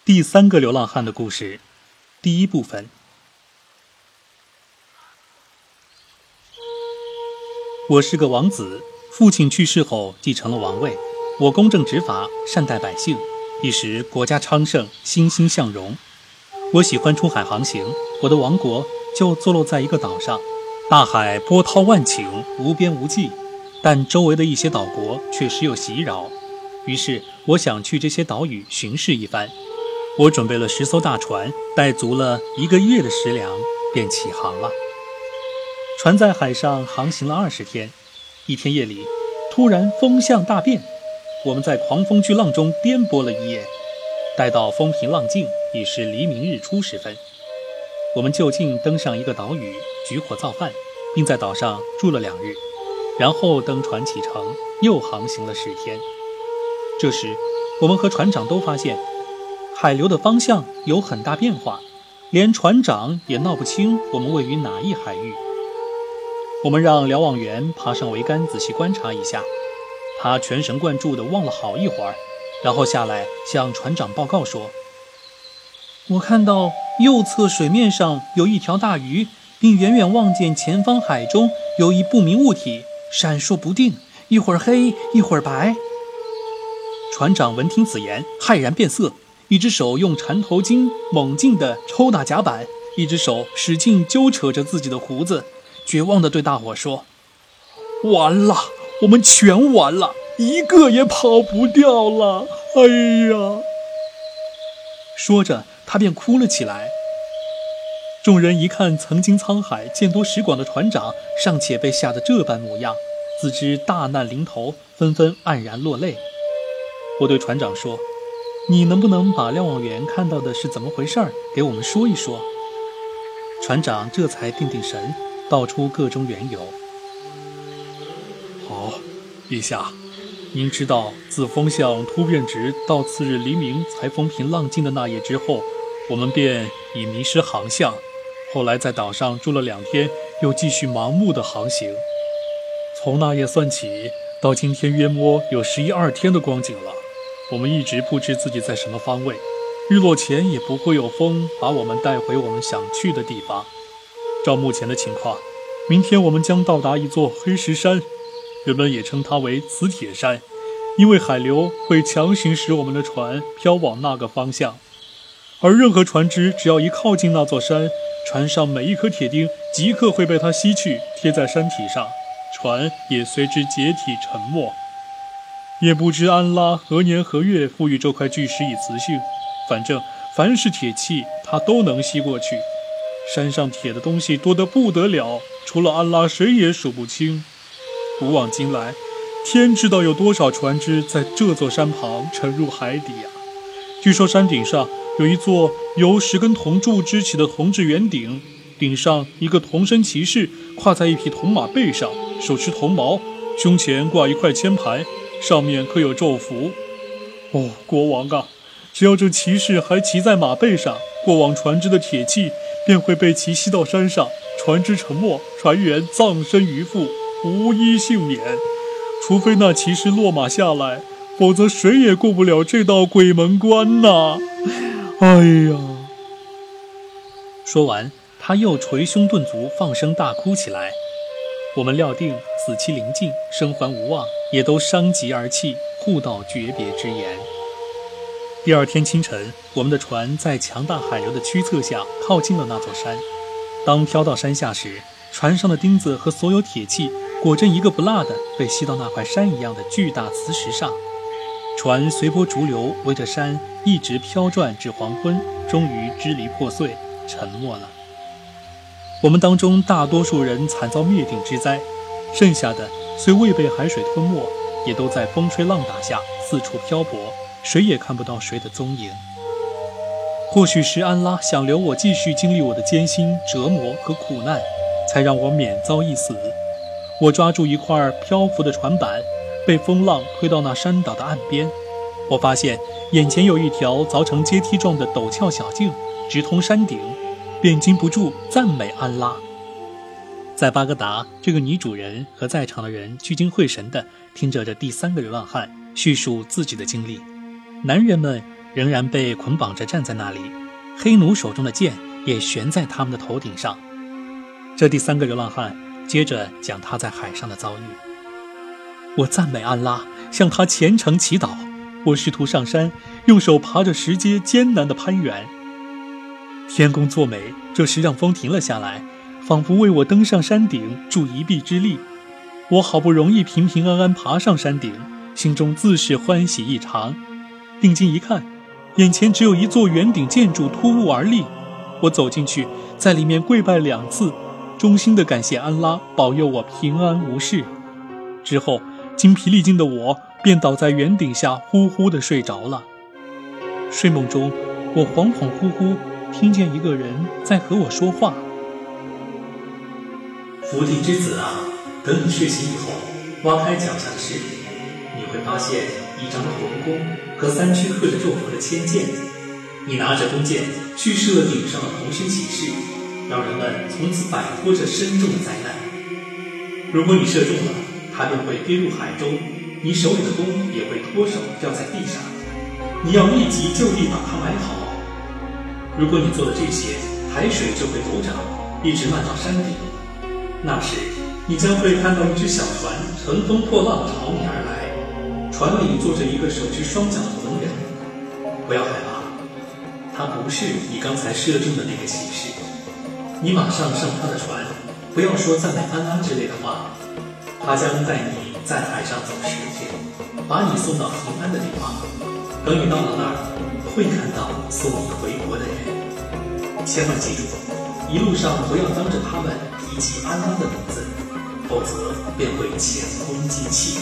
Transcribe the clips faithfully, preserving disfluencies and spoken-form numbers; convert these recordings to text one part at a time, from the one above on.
第三个流浪汉的故事，第一部分。我是个王子，父亲去世后继承了王位，我公正执法，善待百姓，一时国家昌盛，欣欣向荣。我喜欢出海航行，我的王国就坐落在一个岛上，大海波涛万顷，无边无际，但周围的一些岛国却时有袭扰。于是我想去这些岛屿巡视一番。我准备了十艘大船，带足了一个月的食粮，便起航了。船在海上航行了二十天，一天夜里，突然风向大变，我们在狂风巨浪中颠簸了一夜。待到风平浪静，已是黎明日出时分。我们就近登上一个岛屿，举火造饭，并在岛上住了两日，然后登船启程，又航行了十天。这时，我们和船长都发现海流的方向有很大变化，连船长也闹不清我们位于哪一海域。我们让瞭望员爬上桅杆仔细观察一下，他全神贯注地望了好一会儿，然后下来向船长报告说：我看到右侧水面上有一条大鱼，并远远望见前方海中有一不明物体，闪烁不定，一会儿黑一会儿白。船长闻听此言，骇然变色，一只手用缠头巾猛劲地抽打甲板，一只手使劲揪扯着自己的胡子，绝望地对大伙说：完了，我们全完了，一个也跑不掉了，哎呀！说着他便哭了起来。众人一看曾经沧海见多识广的船长尚且被吓得这般模样，自知大难临头，纷纷黯然落泪。我对船长说：你能不能把瞭望员看到的是怎么回事给我们说一说？船长这才定定神，道出各中缘由。好，陛下，您知道自风向突变直到次日黎明才风平浪静的那夜之后，我们便已迷失航向，后来在岛上住了两天，又继续盲目的航行。从那夜算起，到今天约摸有十一二天的光景了。我们一直不知自己在什么方位，日落前也不会有风把我们带回我们想去的地方。照目前的情况，明天我们将到达一座黑石山，人们也称它为磁铁山，因为海流会强行使我们的船飘往那个方向，而任何船只只要一靠近那座山，船上每一颗铁钉即刻会被它吸去，贴在山体上，船也随之解体沉没。也不知安拉何年何月赋予这块巨石以磁性，反正凡是铁器它都能吸过去。山上铁的东西多得不得了，除了安拉谁也数不清。古往今来，天知道有多少船只在这座山旁沉入海底啊！据说山顶上有一座由十根铜柱支起的铜制圆顶，顶上一个铜身骑士跨在一匹铜马背上，手持铜矛，胸前挂一块铅盘，上面刻有咒符。哦，国王啊，只要这骑士还骑在马背上，过往船只的铁器便会被其吸到山上，船只沉没，船员葬身鱼腹，无一幸免。除非那骑士落马下来，否则谁也过不了这道鬼门关呐！哎呀！说完，他又捶胸顿足，放声大哭起来。我们料定死期临近，生还无望，也都伤极而泣，互道诀别之言。第二天清晨，我们的船在强大海流的驱策下靠近了那座山。当飘到山下时，船上的钉子和所有铁器果真一个不落的被吸到那块山一样的巨大磁石上。船随波逐流，围着山一直飘转至黄昏，终于支离破碎，沉没了。我们当中大多数人惨遭灭顶之灾，剩下的虽未被海水吞没，也都在风吹浪打下四处漂泊，谁也看不到谁的踪影。或许是安拉想留我继续经历我的艰辛、折磨和苦难，才让我免遭一死。我抓住一块漂浮的船板，被风浪推到那山岛的岸边。我发现眼前有一条凿成阶梯状的陡峭小径，直通山顶，便禁不住赞美安拉。在巴格达，这个女主人和在场的人聚精会神地听着这第三个流浪汉叙述自己的经历。男人们仍然被捆绑着站在那里，黑奴手中的剑也悬在他们的头顶上。这第三个流浪汉接着讲他在海上的遭遇。我赞美安拉，向他虔诚祈祷。我试图上山，用手爬着石阶艰难地攀援。天公作美，这时让风停了下来，仿佛为我登上山顶助一臂之力。我好不容易平平安安爬上山顶，心中自是欢喜异常。定睛一看，眼前只有一座圆顶建筑突兀而立。我走进去，在里面跪拜两次，衷心地感谢安拉保佑我平安无事。之后精疲力尽的我便倒在圆顶下呼呼地睡着了。睡梦中，我恍恍惚惚听见一个人在和我说话。 福地之子啊，等你睡醒以后，挖开脚下的尸体，你会发现一张铜弓和三区刻着咒符的铅剑。你拿着弓箭去射顶上的同心启示，让人们从此摆脱这深重的灾难。如果你射中了，它便会跌入海中，你手里的弓也会脱手掉在地上，你要立即就地把它埋好。如果你做了这些，海水就会陡涨，一直漫到山顶。那时你将会看到一只小船乘风破浪朝你而来，船里坐着一个手持双桨的红人。不要害怕，他不是你刚才射中的那个骑士。你马上上他的船，不要说赞美安拉之类的话，他将带你在海上走十天，把你送到平安的地方。等你到了那儿，会看到送你回国的人。千万记住，一路上不要当着他们提起安拉的名字，否则便会前功尽弃。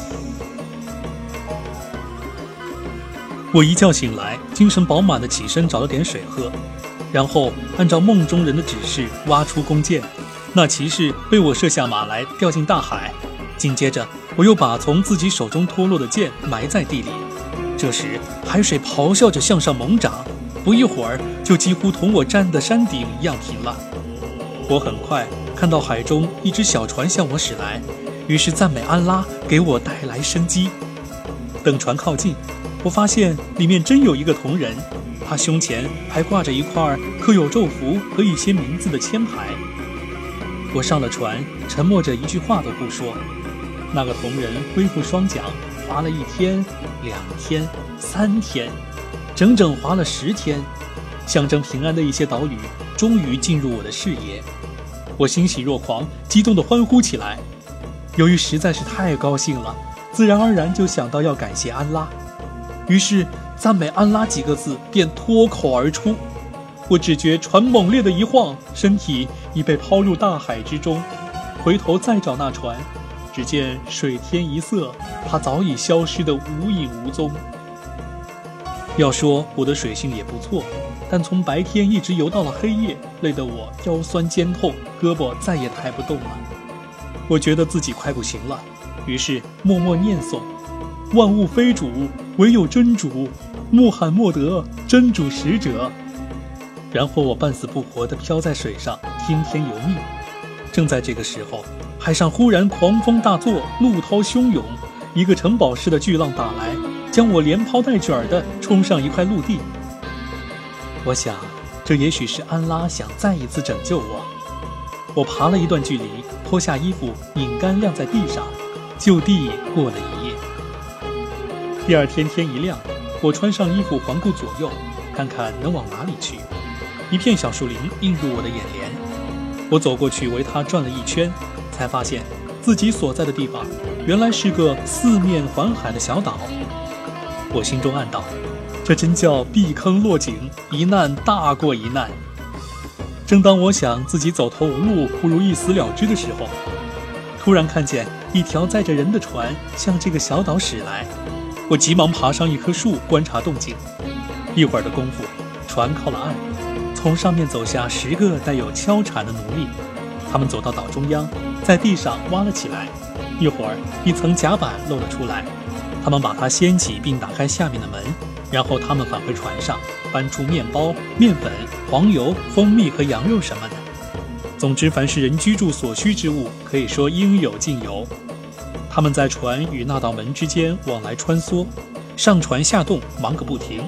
我一觉醒来，精神饱满地起身找了点水喝，然后按照梦中人的指示挖出弓箭。那骑士被我射下马来，掉进大海。紧接着我又把从自己手中脱落的剑埋在地里。这时海水咆哮着向上猛涨，不一会儿就几乎同我站的山顶一样平了。我很快看到海中一只小船向我驶来，于是赞美安拉给我带来生机。等船靠近，我发现里面真有一个铜人，他胸前还挂着一块刻有咒符和一些名字的签牌。我上了船，沉默着一句话都不说。那个铜人恢复双桨，划了一天、两天、三天，整整划了十天。象征平安的一些岛屿终于进入我的视野，我欣喜若狂，激动地欢呼起来。由于实在是太高兴了，自然而然就想到要感谢安拉，于是赞美安拉几个字便脱口而出。我只觉船猛烈的一晃，身体已被抛入大海之中。回头再找那船，只见水天一色，它早已消失得无影无踪。要说我的水性也不错，但从白天一直游到了黑夜，累得我腰酸肩痛，胳膊再也抬不动了。我觉得自己快不行了，于是默默念诵：万物非主，唯有真主，穆罕默德真主使者。然后我半死不活地飘在水上，听天由命。正在这个时候，海上忽然狂风大作，怒涛汹涌，一个城堡似的巨浪打来，将我连抛带卷地冲上一块陆地。我想，这也许是安拉想再一次拯救我。我爬了一段距离，脱下衣服，拧干晾在地上，就地过了一夜。第二天天一亮，我穿上衣服，环顾左右，看看能往哪里去。一片小树林映入我的眼帘，我走过去围它转了一圈，才发现自己所在的地方原来是个四面环海的小岛。我心中暗道，这真叫避坑落井，一难大过一难。正当我想自己走投无路，不如一死了之的时候，突然看见一条载着人的船向这个小岛驶来。我急忙爬上一棵树观察动静。一会儿的功夫，船靠了岸，从上面走下十个带有敲铲的奴隶。他们走到岛中央，在地上挖了起来。一会儿一层甲板露了出来，他们把它掀起并打开下面的门，然后他们返回船上，搬出面包、面粉、黄油、蜂蜜和羊肉什么的。总之，凡是人居住所需之物，可以说应有尽有。他们在船与那道门之间往来穿梭，上船下洞忙个不停，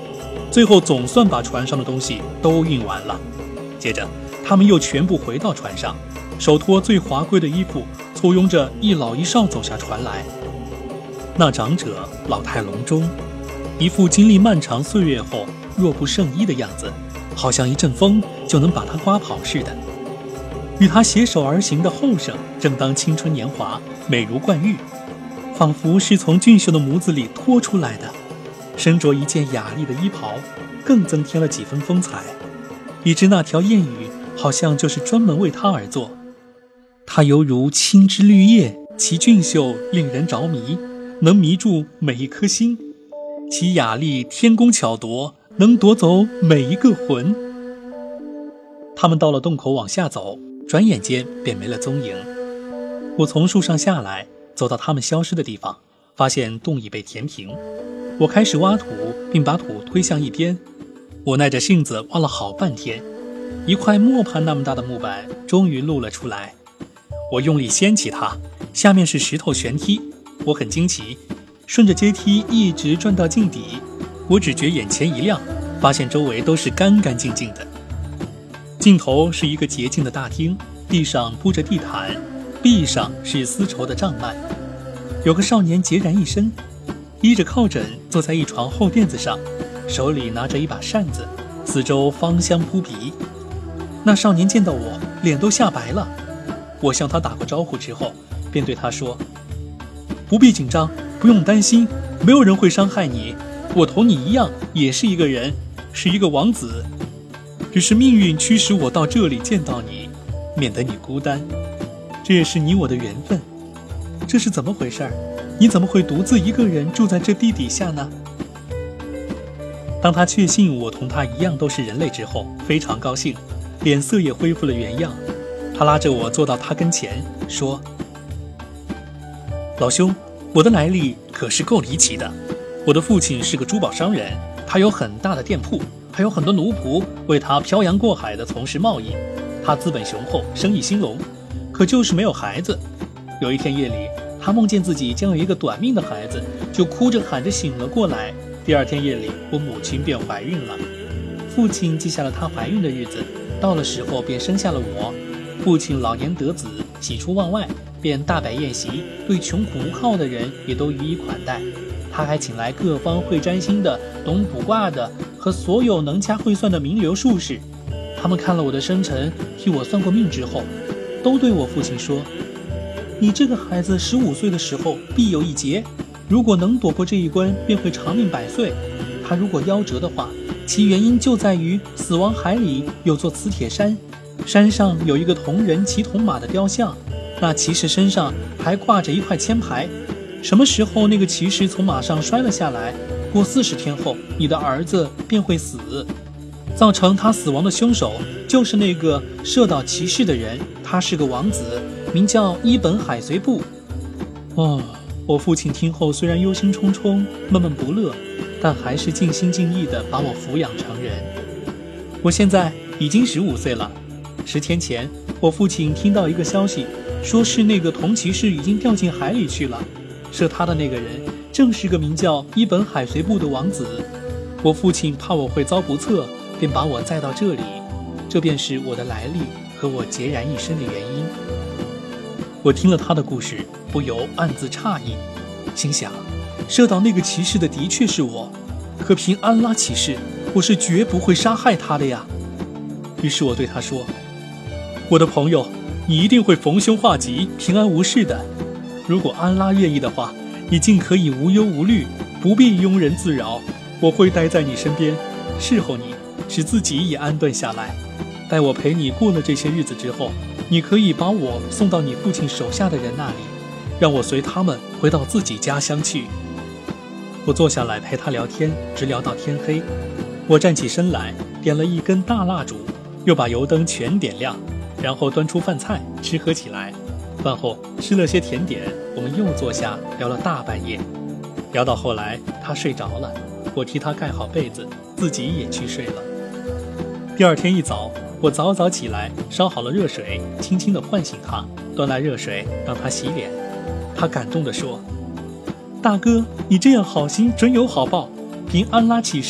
最后总算把船上的东西都运完了。接着他们又全部回到船上，手托最华贵的衣服，簇拥着一老一少走下船来。那长者老态龙钟，一副经历漫长岁月后若不胜衣的样子，好像一阵风就能把他刮跑似的。与他携手而行的后生正当青春年华，美如冠玉，仿佛是从俊秀的模子里拖出来的，身着一件雅丽的衣袍，更增添了几分风采，以致那条谚语好像就是专门为他而做。他犹如青枝绿叶，其俊秀令人着迷，能迷住每一颗心，其雅丽天工巧夺，能夺走每一个魂。他们到了洞口往下走，转眼间便没了踪影。我从树上下来，走到他们消失的地方，发现洞已被填平。我开始挖土，并把土推向一边。我耐着性子挖了好半天，一块磨盘那么大的木板终于露了出来。我用力掀起它，下面是石头悬梯。我很惊奇，顺着阶梯一直转到镜底，我只觉眼前一亮，发现周围都是干干净净的。尽头是一个洁净的大厅，地上铺着地毯，壁上是丝绸的帐幔。有个少年孑然一身，依着靠枕坐在一床厚垫子上，手里拿着一把扇子，四周芳香扑鼻。那少年见到我，脸都吓白了。我向他打过招呼之后，便对他说：不必紧张，不用担心，没有人会伤害你，我同你一样也是一个人，是一个王子，只是命运驱使我到这里见到你，免得你孤单，这也是你我的缘分。这是怎么回事？你怎么会独自一个人住在这地底下呢？当他确信我同他一样都是人类之后，非常高兴，脸色也恢复了原样。他拉着我坐到他跟前，说：老兄，我的来历可是够离奇的。我的父亲是个珠宝商人，他有很大的店铺，还有很多奴仆为他漂洋过海地从事贸易。他资本雄厚，生意兴隆，可就是没有孩子。有一天夜里，他梦见自己将有一个短命的孩子，就哭着喊着醒了过来。第二天夜里，我母亲便怀孕了。父亲记下了她怀孕的日子，到了时候便生下了我。父亲老年得子，喜出望外，便大摆宴席，对穷苦无靠的人也都予以款待。他还请来各方会占星的、懂卜卦的和所有能掐会算的名流术士。他们看了我的生辰，替我算过命之后，都对我父亲说：你这个孩子十五岁的时候必有一劫，如果能躲过这一关，便会长命百岁。他如果夭折的话，其原因就在于死亡海里有座磁铁山，山上有一个铜人骑铜马的雕像，那骑士身上还挂着一块签牌。什么时候那个骑士从马上摔了下来，过四十天后，你的儿子便会死。造成他死亡的凶手就是那个射倒骑士的人，他是个王子，名叫伊本海随部。哦，我父亲听后虽然忧心忡忡，闷闷不乐，但还是尽心尽力地把我抚养成人。我现在已经十五岁了。十天前，我父亲听到一个消息，说是那个铜骑士已经掉进海里去了。射他的那个人正是个名叫伊本海随部的王子。我父亲怕我会遭不测，便把我载到这里，这便是我的来历和我孑然一身的原因。我听了他的故事，不由暗自诧异，心想，射倒那个骑士的的确是我，可凭安拉起誓，我是绝不会杀害他的呀。于是我对他说：我的朋友，你一定会逢凶化吉，平安无事的。如果安拉愿意的话，你尽可以无忧无虑，不必庸人自扰，我会待在你身边，侍候你，使自己也安顿下来。待我陪你过了这些日子之后，你可以把我送到你父亲手下的人那里，让我随他们回到自己家乡去。我坐下来陪他聊天，直聊到天黑。我站起身来，点了一根大蜡烛，又把油灯全点亮，然后端出饭菜吃喝起来。饭后吃了些甜点，我们又坐下聊了大半夜。聊到后来，他睡着了，我替他盖好被子，自己也去睡了。第二天一早，我早早起来，烧好了热水，轻轻地唤醒他，端来热水让他洗脸。他感动地说：大哥，你这样好心准有好报，凭安拉起誓，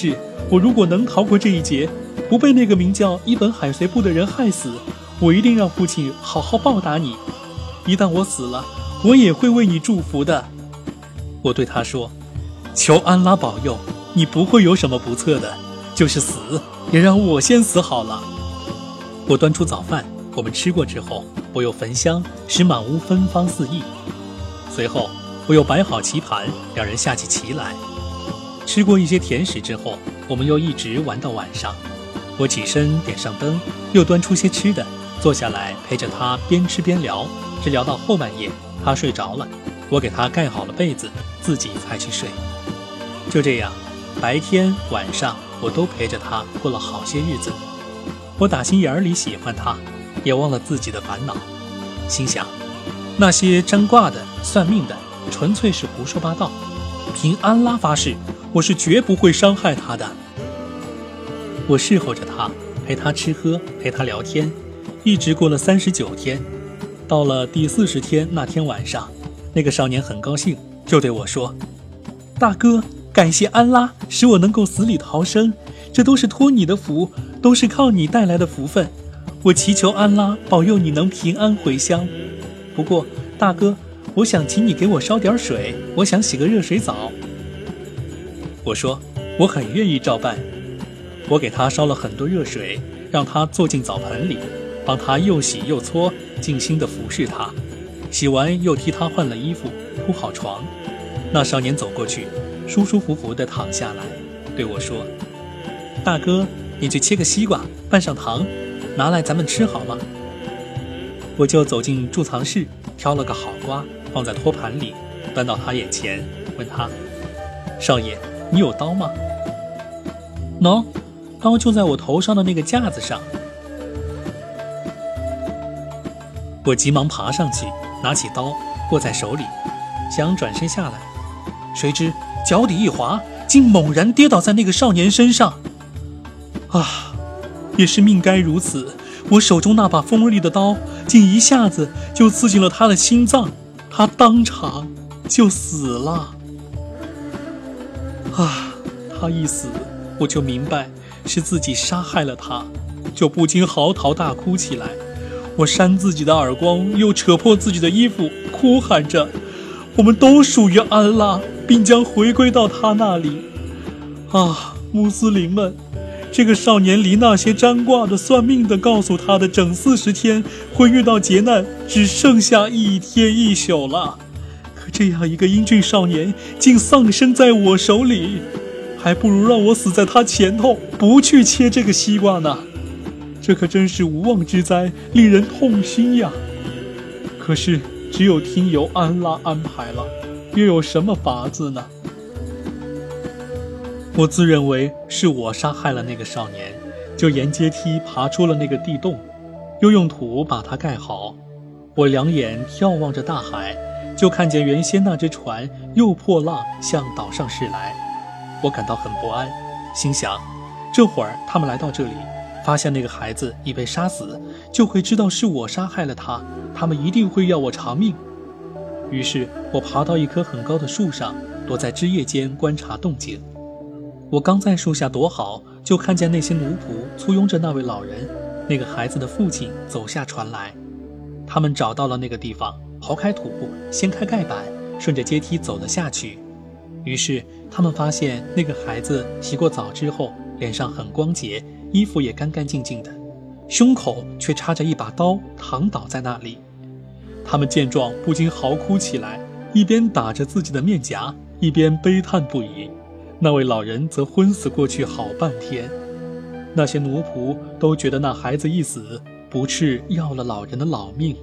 我如果能逃过这一劫，不被那个名叫伊本海随部的人害死，我一定让父亲好好报答你。一旦我死了，我也会为你祝福的。我对他说，求安拉保佑，你不会有什么不测的，就是死，也让我先死好了。我端出早饭，我们吃过之后，我又焚香，使满屋芬芳四溢。随后我又摆好棋盘，两人下起棋来。吃过一些甜食之后，我们又一直玩到晚上。我起身点上灯，又端出些吃的，坐下来陪着他边吃边聊，直聊到后半夜，他睡着了，我给他盖好了被子，自己才去睡。就这样，白天晚上我都陪着他过了好些日子。我打心眼里喜欢他，也忘了自己的烦恼，心想那些占卦的算命的纯粹是胡说八道，凭安拉发誓，我是绝不会伤害他的。我侍候着他，陪他吃喝，陪他聊天，一直过了三十九天。到了第四十天那天晚上，那个少年很高兴，就对我说，大哥，感谢安拉使我能够死里逃生，这都是托你的福，都是靠你带来的福分，我祈求安拉保佑你能平安回乡。不过大哥，我想请你给我烧点水，我想洗个热水澡。我说我很愿意照办。我给他烧了很多热水，让他坐进澡盆里，帮他又洗又搓，尽心地服侍他。洗完又替他换了衣服，铺好床。那少年走过去，舒舒服服地躺下来，对我说，大哥，你去切个西瓜，拌上糖，拿来咱们吃好吗？我就走进贮藏室，挑了个好瓜，放在托盘里，端到他眼前，问他，少爷，你有刀吗？喏，刀就在我头上的那个架子上。我急忙爬上去，拿起刀握在手里，想转身下来，谁知脚底一滑，竟猛然跌倒在那个少年身上。啊，也是命该如此，我手中那把锋利的刀竟一下子就刺进了他的心脏，他当场就死了。啊，他一死，我就明白是自己杀害了他，就不禁嚎啕大哭起来。我扇自己的耳光，又扯破自己的衣服，哭喊着，我们都属于安拉，并将回归到他那里。啊，穆斯林们，这个少年离那些占卦的算命的告诉他的整四十天会遇到劫难只剩下一天一宿了，可这样一个英俊少年竟丧生在我手里，还不如让我死在他前头，不去切这个西瓜呢。这可真是无妄之灾，令人痛心呀。可是只有听由安拉安排了，又有什么法子呢？我自认为是我杀害了那个少年，就沿阶梯爬出了那个地洞，又用土把它盖好。我两眼眺望着大海，就看见原先那只船又破浪向岛上驶来。我感到很不安，心想这会儿他们来到这里，发现那个孩子已被杀死，就会知道是我杀害了他，他们一定会要我偿命。于是我爬到一棵很高的树上，躲在枝叶间观察动静。我刚在树下躲好，就看见那些奴仆簇拥着那位老人，那个孩子的父亲走下船来。他们找到了那个地方，刨开土，掀开盖板，顺着阶梯走了下去。于是他们发现那个孩子洗过澡之后，脸上很光洁，衣服也干干净净的，胸口却插着一把刀，躺倒在那里。他们见状不禁嚎哭起来，一边打着自己的面颊，一边悲叹不已。那位老人则昏死过去好半天。那些奴仆都觉得那孩子一死，不啻要了老人的老命。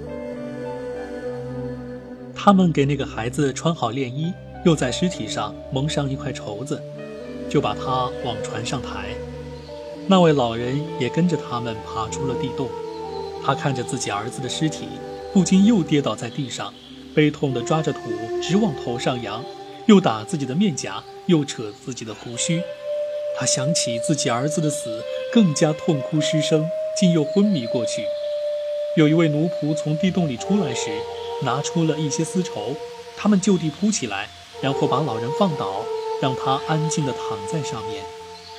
他们给那个孩子穿好殓衣，又在尸体上蒙上一块绸子，就把他往船上抬。那位老人也跟着他们爬出了地洞。他看着自己儿子的尸体，不禁又跌倒在地上，悲痛地抓着土直往头上扬，又打自己的面颊，又扯自己的胡须。他想起自己儿子的死，更加痛哭失声，竟又昏迷过去。有一位奴仆从地洞里出来时，拿出了一些丝绸，他们就地铺起来，然后把老人放倒，让他安静地躺在上面。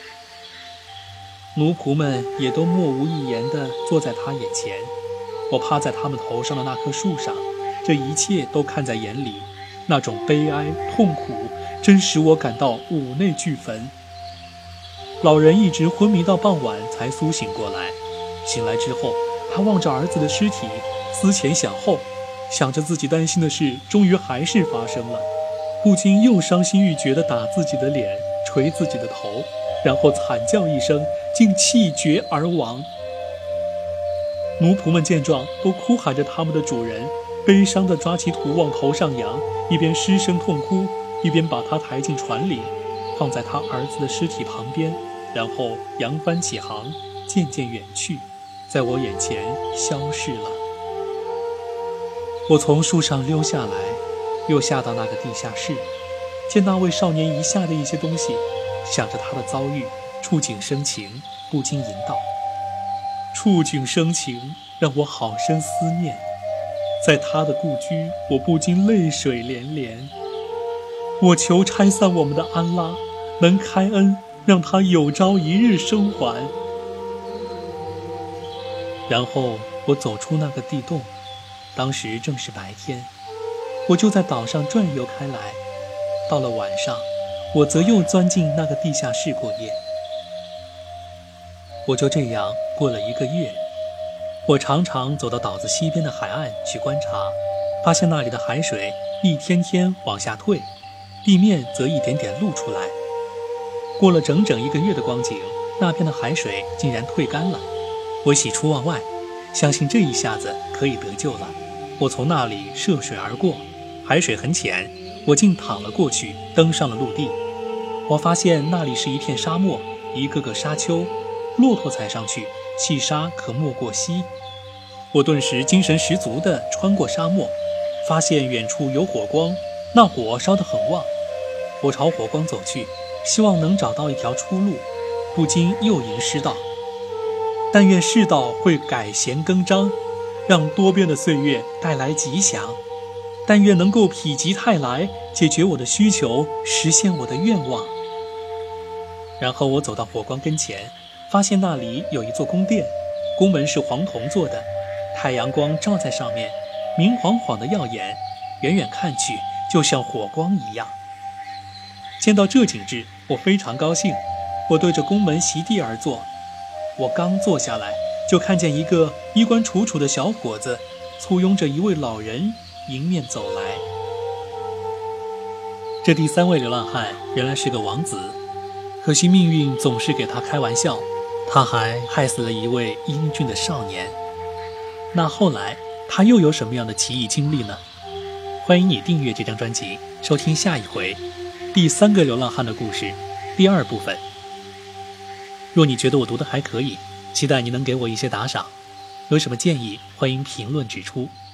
奴仆们也都默无一言地坐在他眼前。我趴在他们头上的那棵树上，这一切都看在眼里，那种悲哀痛苦真使我感到五内俱焚。老人一直昏迷到傍晚才苏醒过来，醒来之后，他望着儿子的尸体，思前想后，想着自己担心的事终于还是发生了，不禁又伤心欲绝地打自己的脸，捶自己的头，然后惨叫一声，竟气绝而亡。奴仆们见状，都哭喊着他们的主人，悲伤地抓起土往头上扬，一边失声痛哭，一边把他抬进船里，放在他儿子的尸体旁边，然后扬帆起航，渐渐远去，在我眼前消逝了。我从树上溜下来，又下到那个地下室，见那位少年遗下的一些东西，想着他的遭遇，触景生情，不禁吟道：触景生情，让我好生思念。在他的故居，我不禁泪水连连。我求拆散我们的安拉能开恩，让他有朝一日生还。然后我走出那个地洞，当时正是白天，我就在岛上转悠开来。到了晚上，我则又钻进那个地下室过夜。我就这样过了一个月。我常常走到岛子西边的海岸去观察，发现那里的海水一天天往下退，地面则一点点露出来。过了整整一个月的光景，那边的海水竟然退干了。我喜出望外，相信这一下子可以得救了。我从那里涉水而过，海水很浅，我竟淌了过去，登上了陆地。我发现那里是一片沙漠，一个个沙丘，骆驼踩上去，细沙可没过膝。我顿时精神十足地穿过沙漠，发现远处有火光，那火烧得很旺。我朝火光走去，希望能找到一条出路，不禁又吟诗道：但愿世道会改弦更张，让多变的岁月带来吉祥。但愿能够否极泰来，解决我的需求，实现我的愿望。然后我走到火光跟前，发现那里有一座宫殿，宫门是黄铜做的，太阳光照在上面，明晃晃的耀眼，远远看去就像火光一样。见到这景致，我非常高兴，我对着宫门席地而坐。我刚坐下来，就看见一个衣冠楚楚的小伙子簇拥着一位老人迎面走来。这第三位流浪汉原来是个王子，可惜命运总是给他开玩笑，他还害死了一位英俊的少年。那后来他又有什么样的奇异经历呢？欢迎你订阅这张专辑，收听下一回第三个流浪汉的故事第二部分。若你觉得我读的还可以，期待你能给我一些打赏，有什么建议欢迎评论指出。